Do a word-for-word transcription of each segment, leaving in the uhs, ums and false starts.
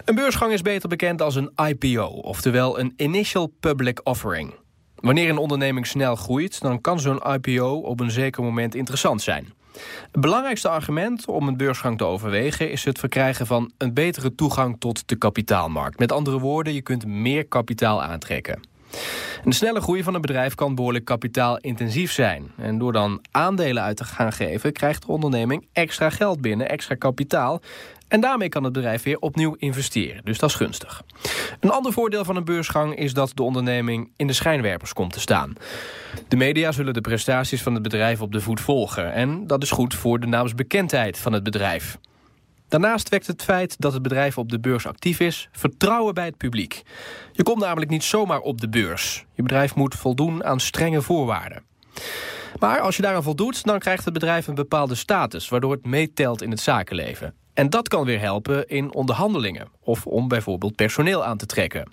Een beursgang is beter bekend als een I P O, oftewel een Initial Public Offering. Wanneer een onderneming snel groeit, dan kan zo'n I P O op een zeker moment interessant zijn. Het belangrijkste argument om een beursgang te overwegen is het verkrijgen van een betere toegang tot de kapitaalmarkt. Met andere woorden, je kunt meer kapitaal aantrekken. Een snelle groei van een bedrijf kan behoorlijk kapitaalintensief zijn. En door dan aandelen uit te gaan geven, krijgt de onderneming extra geld binnen, extra kapitaal. En daarmee kan het bedrijf weer opnieuw investeren. Dus dat is gunstig. Een ander voordeel van een beursgang is dat de onderneming in de schijnwerpers komt te staan. De media zullen de prestaties van het bedrijf op de voet volgen. En dat is goed voor de naamsbekendheid van het bedrijf. Daarnaast wekt het feit dat het bedrijf op de beurs actief is vertrouwen bij het publiek. Je komt namelijk niet zomaar op de beurs. Je bedrijf moet voldoen aan strenge voorwaarden. Maar als je daaraan voldoet, dan krijgt het bedrijf een bepaalde status, waardoor het meetelt in het zakenleven. En dat kan weer helpen in onderhandelingen of om bijvoorbeeld personeel aan te trekken.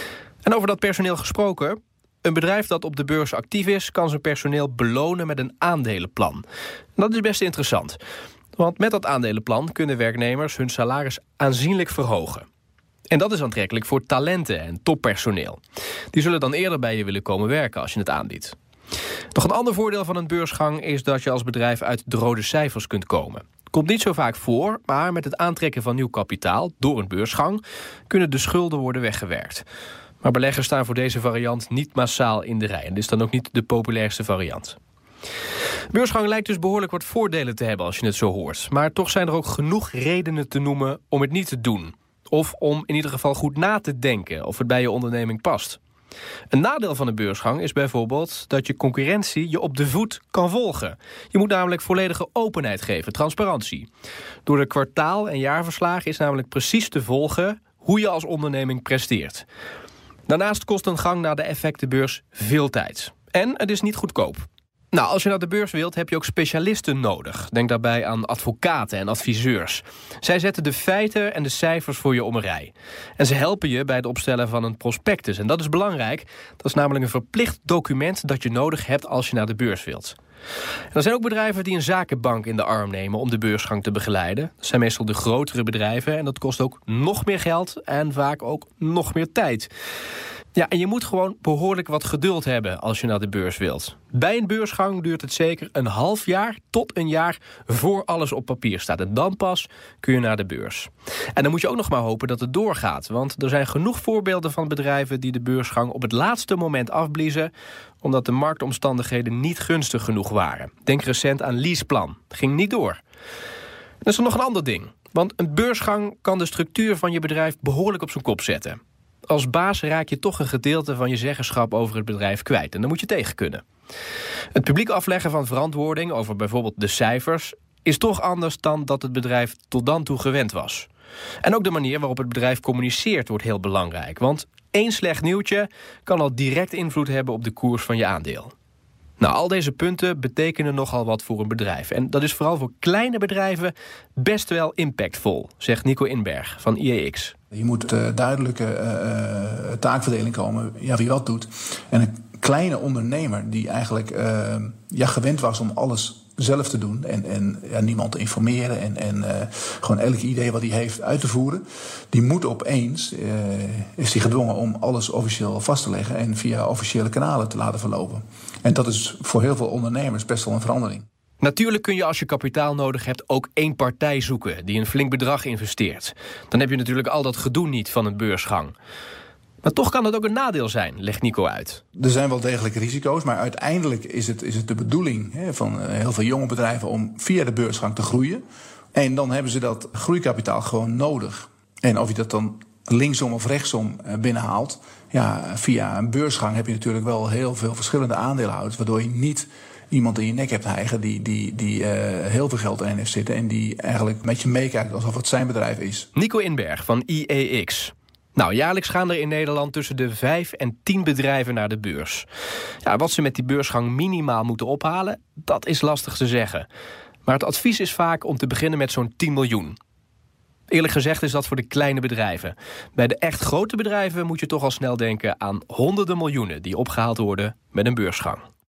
En over dat personeel gesproken, een bedrijf dat op de beurs actief is, kan zijn personeel belonen met een aandelenplan. En dat is best interessant. Want met dat aandelenplan kunnen werknemers hun salaris aanzienlijk verhogen. En dat is aantrekkelijk voor talenten en toppersoneel. Die zullen dan eerder bij je willen komen werken als je het aanbiedt. Nog een ander voordeel van een beursgang is dat je als bedrijf uit de rode cijfers kunt komen. Komt niet zo vaak voor, maar met het aantrekken van nieuw kapitaal door een beursgang kunnen de schulden worden weggewerkt. Maar beleggers staan voor deze variant niet massaal in de rij. En dit is dan ook niet de populairste variant. Beursgang lijkt dus behoorlijk wat voordelen te hebben als je het zo hoort. Maar toch zijn er ook genoeg redenen te noemen om het niet te doen. Of om in ieder geval goed na te denken of het bij je onderneming past. Een nadeel van een beursgang is bijvoorbeeld dat je concurrentie je op de voet kan volgen. Je moet namelijk volledige openheid geven, transparantie. Door de kwartaal- en jaarverslagen is namelijk precies te volgen hoe je als onderneming presteert. Daarnaast kost een gang naar de effectenbeurs veel tijd. En het is niet goedkoop. Nou, als je naar de beurs wilt, heb je ook specialisten nodig. Denk daarbij aan advocaten en adviseurs. Zij zetten de feiten en de cijfers voor je om een rij. En ze helpen je bij het opstellen van een prospectus. En dat is belangrijk. Dat is namelijk een verplicht document dat je nodig hebt als je naar de beurs wilt. En er zijn ook bedrijven die een zakenbank in de arm nemen om de beursgang te begeleiden. Dat zijn meestal de grotere bedrijven en dat kost ook nog meer geld en vaak ook nog meer tijd. Ja, en je moet gewoon behoorlijk wat geduld hebben als je naar de beurs wilt. Bij een beursgang duurt het zeker een half jaar tot een jaar voor alles op papier staat. En dan pas kun je naar de beurs. En dan moet je ook nog maar hopen dat het doorgaat. Want er zijn genoeg voorbeelden van bedrijven die de beursgang op het laatste moment afbliezen, omdat de marktomstandigheden niet gunstig genoeg waren. Denk recent aan Leaseplan. Het ging niet door. Dan is er nog een ander ding. Want een beursgang kan de structuur van je bedrijf behoorlijk op zijn kop zetten. Als baas raak je toch een gedeelte van je zeggenschap over het bedrijf kwijt. En dan moet je tegen kunnen. Het publiek afleggen van verantwoording over bijvoorbeeld de cijfers is toch anders dan dat het bedrijf tot dan toe gewend was. En ook de manier waarop het bedrijf communiceert wordt heel belangrijk. Want één slecht nieuwtje kan al direct invloed hebben op de koers van je aandeel. Nou, al deze punten betekenen nogal wat voor een bedrijf. En dat is vooral voor kleine bedrijven best wel impactvol, zegt Nico Inberg van I E X. Je moet uh, duidelijke uh, taakverdeling komen, ja, wie wat doet. En een kleine ondernemer die eigenlijk uh, ja, gewend was om alles zelf te doen en, en ja, niemand te informeren en, en uh, gewoon elk idee wat hij heeft uit te voeren, die moet opeens, uh, is die gedwongen om alles officieel vast te leggen en via officiële kanalen te laten verlopen. En dat is voor heel veel ondernemers best wel een verandering. Natuurlijk kun je als je kapitaal nodig hebt ook één partij zoeken die een flink bedrag investeert. Dan heb je natuurlijk al dat gedoe niet van een beursgang. Maar toch kan het ook een nadeel zijn, legt Nico uit. Er zijn wel degelijk risico's, maar uiteindelijk is het, is het de bedoeling hè, van heel veel jonge bedrijven om via de beursgang te groeien. En dan hebben ze dat groeikapitaal gewoon nodig. En of je dat dan linksom of rechtsom binnenhaalt, ja, via een beursgang heb je natuurlijk wel heel veel verschillende aandeelhouders, waardoor je niet iemand in je nek hebt hijgen die, die, die uh, heel veel geld erin heeft zitten en die eigenlijk met je meekijkt alsof het zijn bedrijf is. Nico Inberg van I E X. Nou, jaarlijks gaan er in Nederland tussen de vijf en tien bedrijven naar de beurs. Ja, wat ze met die beursgang minimaal moeten ophalen, dat is lastig te zeggen. Maar het advies is vaak om te beginnen met zo'n tien miljoen. Eerlijk gezegd is dat voor de kleine bedrijven. Bij de echt grote bedrijven moet je toch al snel denken aan honderden miljoenen die opgehaald worden met een beursgang.